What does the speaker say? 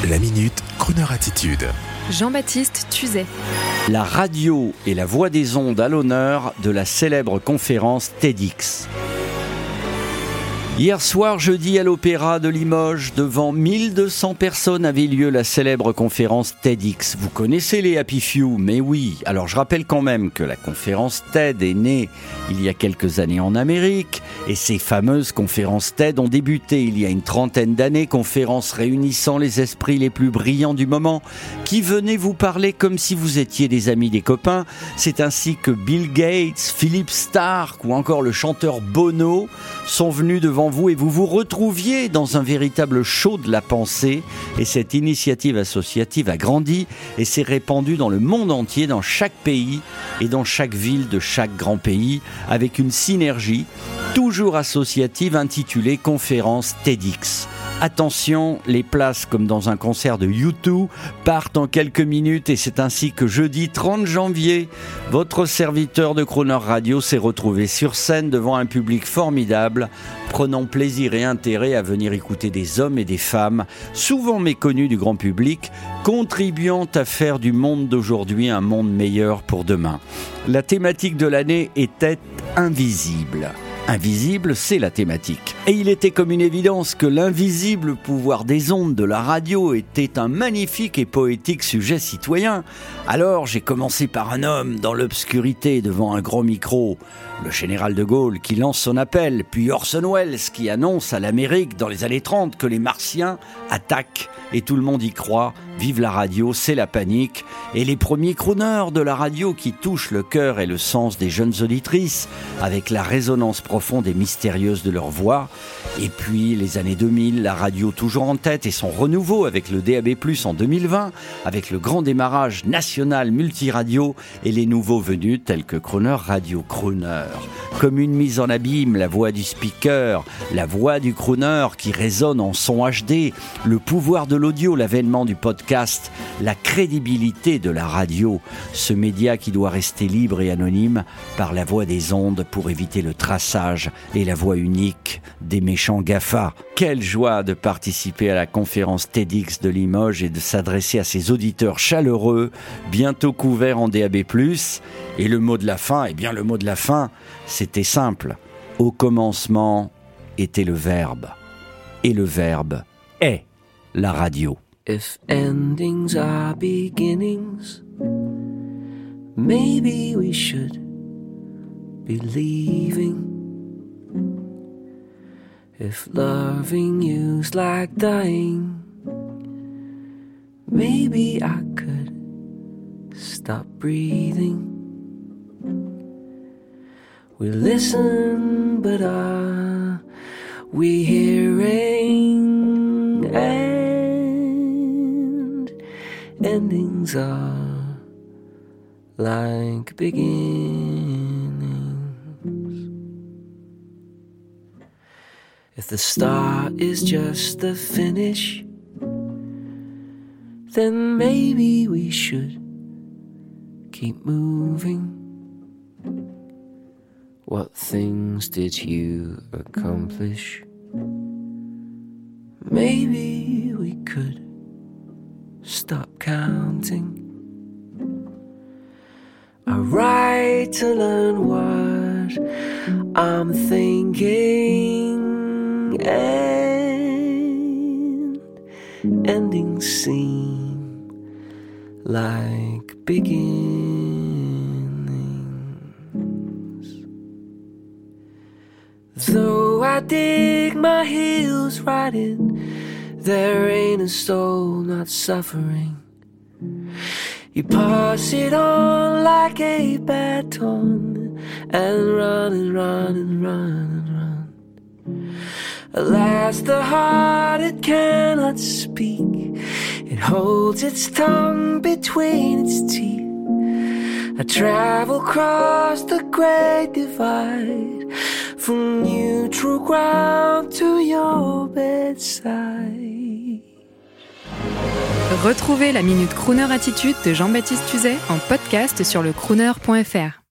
La Minute Crooner Attitude. Jean-Baptiste Tuzet. La radio et la voix des ondes à l'honneur de la célèbre conférence TEDx. Hier soir, jeudi, à l'Opéra de Limoges, devant 1200 personnes avait lieu la célèbre conférence TEDx. Vous connaissez les Happy Few, mais oui. Alors je rappelle quand même que la conférence TED est née il y a quelques années en Amérique, et ces fameuses conférences TED ont débuté il y a une trentaine d'années, conférences réunissant les esprits les plus brillants du moment, qui venaient vous parler comme si vous étiez des amis, des copains. C'est ainsi que Bill Gates, Philippe Stark ou encore le chanteur Bono sont venus devant vous et vous vous retrouviez dans un véritable show de la pensée. Et cette initiative associative a grandi et s'est répandue dans le monde entier, dans chaque pays et dans chaque ville de chaque grand pays, avec une synergie toujours associative intitulée Conférence TEDx. Attention, les places, comme dans un concert de U2, partent en quelques minutes et c'est ainsi que jeudi 30 janvier, votre serviteur de Crooner Radio s'est retrouvé sur scène devant un public formidable, prenant plaisir et intérêt à venir écouter des hommes et des femmes, souvent méconnus du grand public, contribuant à faire du monde d'aujourd'hui un monde meilleur pour demain. La thématique de l'année était invisible. Invisible, c'est la thématique. Et il était comme une évidence que l'invisible pouvoir des ondes de la radio était un magnifique et poétique sujet citoyen. Alors j'ai commencé par un homme dans l'obscurité devant un gros micro, le général de Gaulle qui lance son appel, puis Orson Welles qui annonce à l'Amérique dans les années 30 que les Martiens attaquent et tout le monde y croit. Vive la radio, c'est la panique. Et les premiers crooners de la radio qui touchent le cœur et le sens des jeunes auditrices avec la résonance profonde et mystérieuse de leur voix. Et puis les années 2000, la radio toujours en tête et son renouveau avec le DAB+ en 2020, avec le grand démarrage national multiradio et les nouveaux venus tels que Crooner Radio Crooner. Comme une mise en abîme, la voix du speaker, la voix du crooner qui résonne en son HD, le pouvoir de l'audio, l'avènement du podcast, la crédibilité de la radio, ce média qui doit rester libre et anonyme par la voix des ondes pour éviter le traçage et la voix unique des méchants GAFA. Quelle joie de participer à la conférence TEDx de Limoges et de s'adresser à ces auditeurs chaleureux, bientôt couverts en DAB+. Et le mot de la fin, le mot de la fin, c'était simple. Au commencement était le Verbe. Et le Verbe est la radio. If endings are beginnings, maybe we should be leaving. If loving you's like dying, maybe I could stop breathing. We listen, but are we hearing? And endings are like beginnings. If the start is just the finish, then maybe we should keep moving. What things did you accomplish? Maybe we could stop counting. I write to learn what I'm thinking, and endings seem like beginnings. Though I dig my heels right in, there ain't a soul not suffering. You pass it on like a baton and run and run and run and run. Alas, the heart, it cannot speak. It holds its tongue between its teeth. I travel across the great divide, from neutral ground to your bedside. Retrouvez la Minute Crooner Attitude de Jean-Baptiste Tuzet en podcast sur le crooner.fr.